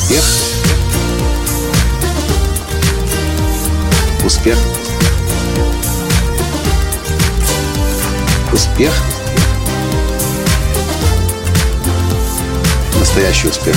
Успех. Успех. Успех. Настоящий успех.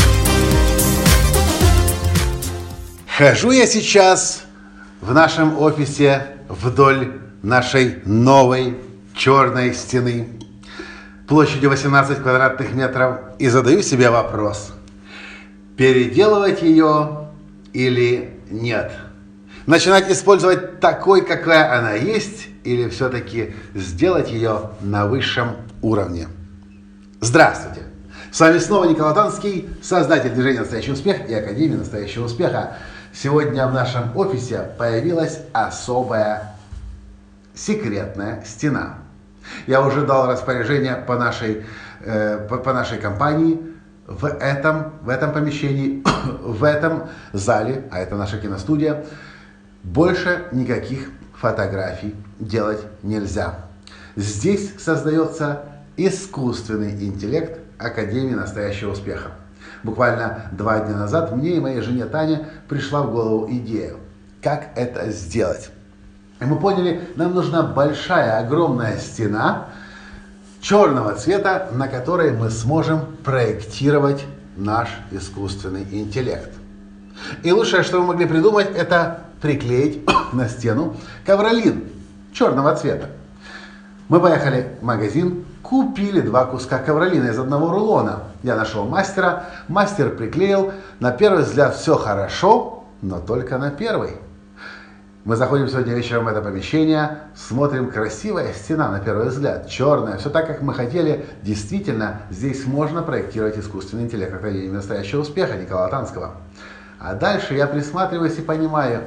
Хожу я сейчас в нашем офисе вдоль нашей новой черной стены площадью 18 квадратных метров и задаю себе вопрос: переделывать ее или нет? Начинать использовать такой, какая она есть, или все-таки сделать ее на высшем уровне? Здравствуйте! С вами снова Николай Танский, создатель движения «Настоящий успех» и Академии «Настоящего успеха». Сегодня в нашем офисе появилась особая секретная стена. Я уже дал распоряжение по нашей компании в этом помещении, в этом зале, а это наша киностудия, больше никаких фотографий делать нельзя. Здесь создается искусственный интеллект Академии «Настоящего успеха». Буквально 2 дня назад мне и моей жене Тане пришла в голову идея, как это сделать. И мы поняли, нам нужна большая, огромная стена черного цвета, на которой мы сможем проектировать наш искусственный интеллект. И лучшее, что мы могли придумать, это приклеить на стену ковролин черного цвета. Мы поехали в магазин, купили 2 куска ковролина из одного рулона. Я нашел мастера, мастер приклеил. На первый взгляд все хорошо, но только на первый. Мы заходим сегодня вечером в это помещение, смотрим, красивая стена на первый взгляд, черная, все так, как мы хотели. Действительно, здесь можно проектировать искусственный интеллект Академии «Настоящего успеха» Николая Танского. А дальше я присматриваюсь и понимаю,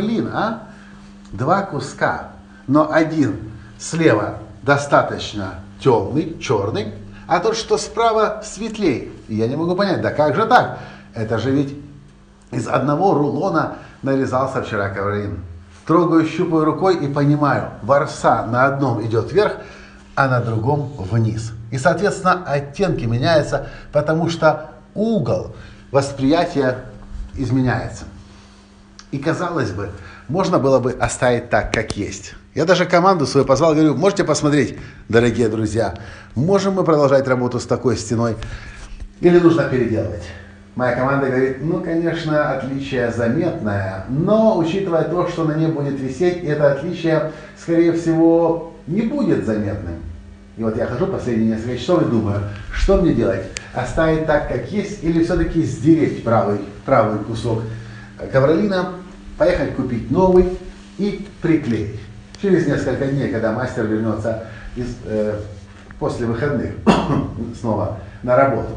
2 куска, но один слева достаточно темный, черный, а тот, что справа, светлей. И я не могу понять, да как же так? Это же ведь из одного рулона нарезался вчера ковролин. Трогаю, щупаю рукой и понимаю, ворса на одном идет вверх, а на другом вниз. И, соответственно, оттенки меняются, потому что угол восприятия изменяется. И, казалось бы, можно было бы оставить так, как есть. Я даже команду свою позвал, говорю: можете посмотреть, дорогие друзья, можем мы продолжать работу с такой стеной или нужно переделывать? Моя команда говорит: ну, конечно, отличие заметное, но учитывая то, что на ней будет висеть, это отличие, скорее всего, не будет заметным. И вот я хожу последние несколько часов и думаю, что мне делать? Оставить так, как есть, или все-таки сдереть правый кусок ковролина, поехать купить новый и приклеить. Через несколько дней, когда мастер вернется после выходных снова на работу.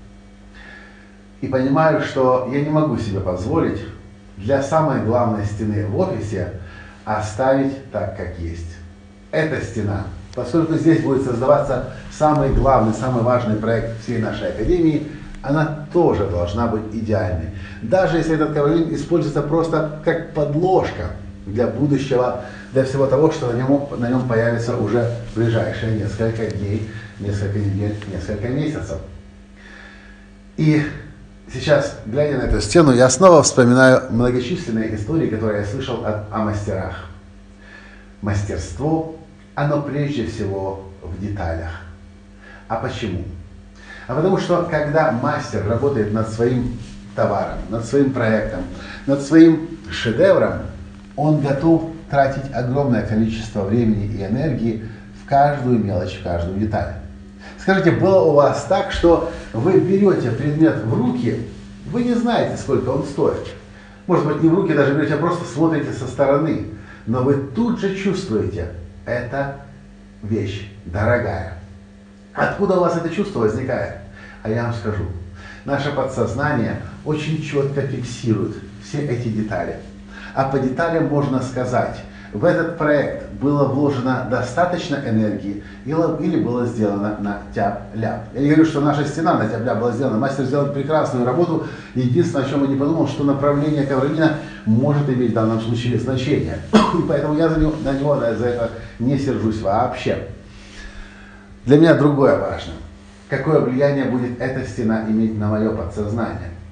И понимаю, что я не могу себе позволить для самой главной стены в офисе оставить так, как есть. Эта стена, поскольку здесь будет создаваться самый главный, самый важный проект всей нашей академии, она тоже должна быть идеальной. Даже если этот ковролин используется просто как подложка для будущего, для всего того, что на нем появится уже в ближайшие несколько дней, несколько недель, несколько месяцев. И сейчас, глядя на эту стену, я снова вспоминаю многочисленные истории, которые я слышал о мастерах. Мастерство, оно прежде всего в деталях. А почему? А потому что, когда мастер работает над своим товаром, над своим проектом, над своим шедевром, он готов тратить огромное количество времени и энергии в каждую мелочь, в каждую деталь. Скажите, было у вас так, что вы берете предмет в руки, вы не знаете, сколько он стоит. Может быть, не в руки даже берете, а просто смотрите со стороны. Но вы тут же чувствуете, эта вещь дорогая. Откуда у вас это чувство возникает? А я вам скажу. Наше подсознание очень четко фиксирует все эти детали. А по деталям можно сказать, в этот проект было вложено достаточно энергии или было сделано на тяп-ляп. Я не говорю, что наша стена на тяп-ляп была сделана. Мастер сделал прекрасную работу. Единственное, о чем я не подумал, что направление ковролина может иметь в данном случае значение. И поэтому я на него за это не сержусь вообще. Для меня другое важно. Какое влияние будет эта стена иметь на мое подсознание?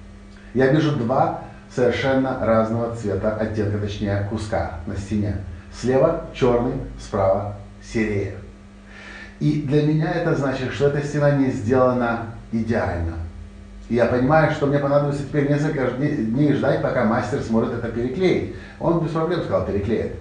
Я вижу два совершенно разного цвета, оттенка, точнее куска на стене. Слева черный, справа серее. И для меня это значит, что эта стена не сделана идеально. И я понимаю, что мне понадобится теперь несколько дней ждать, пока мастер сможет это переклеить. Он без проблем сказал, переклеит.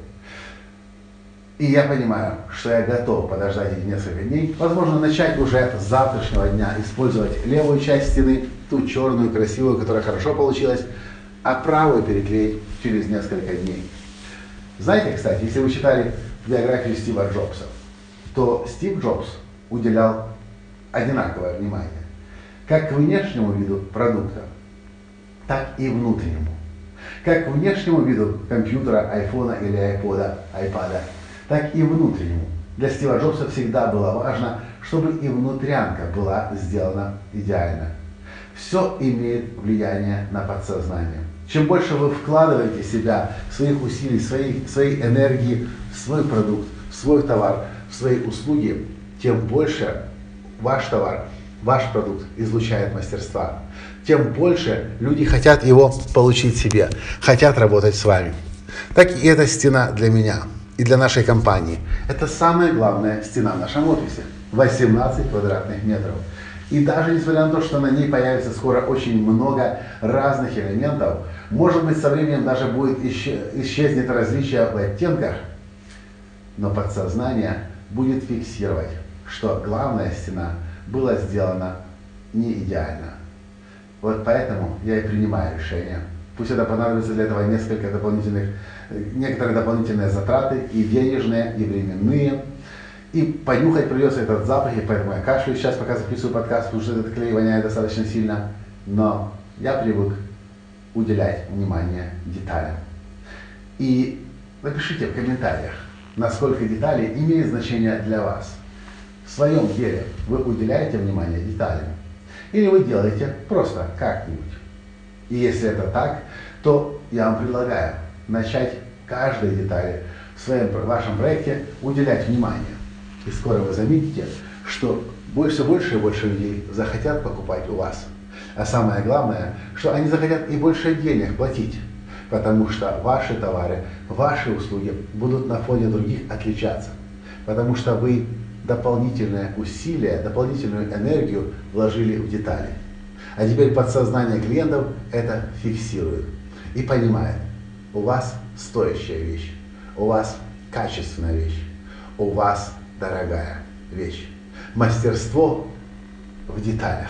И я понимаю, что я готов подождать эти несколько дней. Возможно, начать уже с завтрашнего дня использовать левую часть стены, ту черную, красивую, которая хорошо получилась, а правую переклеить через несколько дней. Знаете, кстати, если вы читали биографию Стива Джобса, то Стив Джобс уделял одинаковое внимание как к внешнему виду продукта, так и внутреннему. Как к внешнему виду компьютера, айфона или айпода, так и внутреннему. Для Стива Джобса всегда было важно, чтобы и внутрянка была сделана идеально. Все имеет влияние на подсознание. Чем больше вы вкладываете себя, своих усилий, своей энергии в свой продукт, в свой товар, в свои услуги, тем больше ваш товар, ваш продукт излучает мастерства. Тем больше люди хотят его получить себе, хотят работать с вами. Так и эта стена для меня и для нашей компании. Это самая главная стена в нашем офисе. 18 квадратных метров. И даже несмотря на то, что на ней появится скоро очень много разных элементов, может быть, со временем даже исчезнет различие в оттенках, но подсознание будет фиксировать, что главная стена была сделана не идеально. Вот поэтому я и принимаю решение. Пусть это понадобится для этого некоторые дополнительные затраты, и денежные, и временные. И понюхать придется этот запах, и поэтому я кашляю сейчас, пока записываю подкаст, потому что этот клей воняет достаточно сильно. Но я привык уделять внимание деталям. И напишите в комментариях, насколько детали имеют значение для вас. В своем деле вы уделяете внимание деталям? Или вы делаете просто как-нибудь? И если это так, то я вам предлагаю начать каждой детали в вашем проекте уделять внимание. И скоро вы заметите, что все больше и больше людей захотят покупать у вас. А самое главное, что они захотят и больше денег платить, потому что ваши товары, ваши услуги будут на фоне других отличаться. Потому что вы дополнительное усилие, дополнительную энергию вложили в детали. А теперь подсознание клиентов это фиксирует и понимает, у вас стоящая вещь, у вас качественная вещь, у вас дорогая вещь. Мастерство в деталях.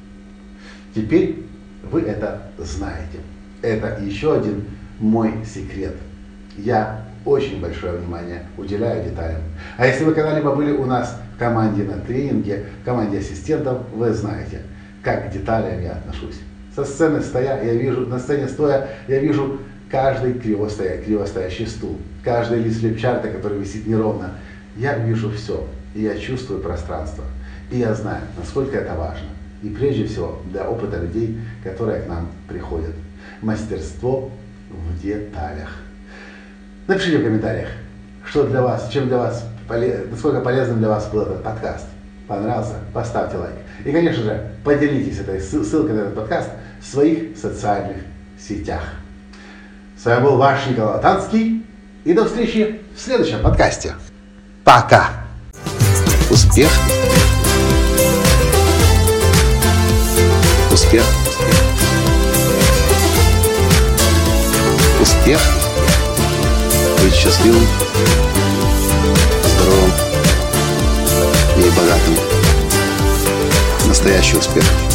Теперь вы это знаете. Это еще один мой секрет. Я очень большое внимание уделяю деталям. А если вы когда-либо были у нас в команде на тренинге, в команде ассистентов, вы знаете, как к деталям я отношусь. На сцене стоя я вижу каждый кривостоящий стул, каждый лист флипчарта, который висит неровно. Я вижу все, и я чувствую пространство. И я знаю, насколько это важно. И прежде всего для опыта людей, которые к нам приходят. Мастерство в деталях. Напишите в комментариях, насколько полезным для вас был этот подкаст. Понравился? Поставьте лайк. И, конечно же, поделитесь этой ссылкой на этот подкаст в своих социальных сетях. С вами был ваш Николай Танский. И до встречи в следующем подкасте. Пока! Успех! Успех! Успех! Быть счастливым, здоровым и богатым. Настоящий успех.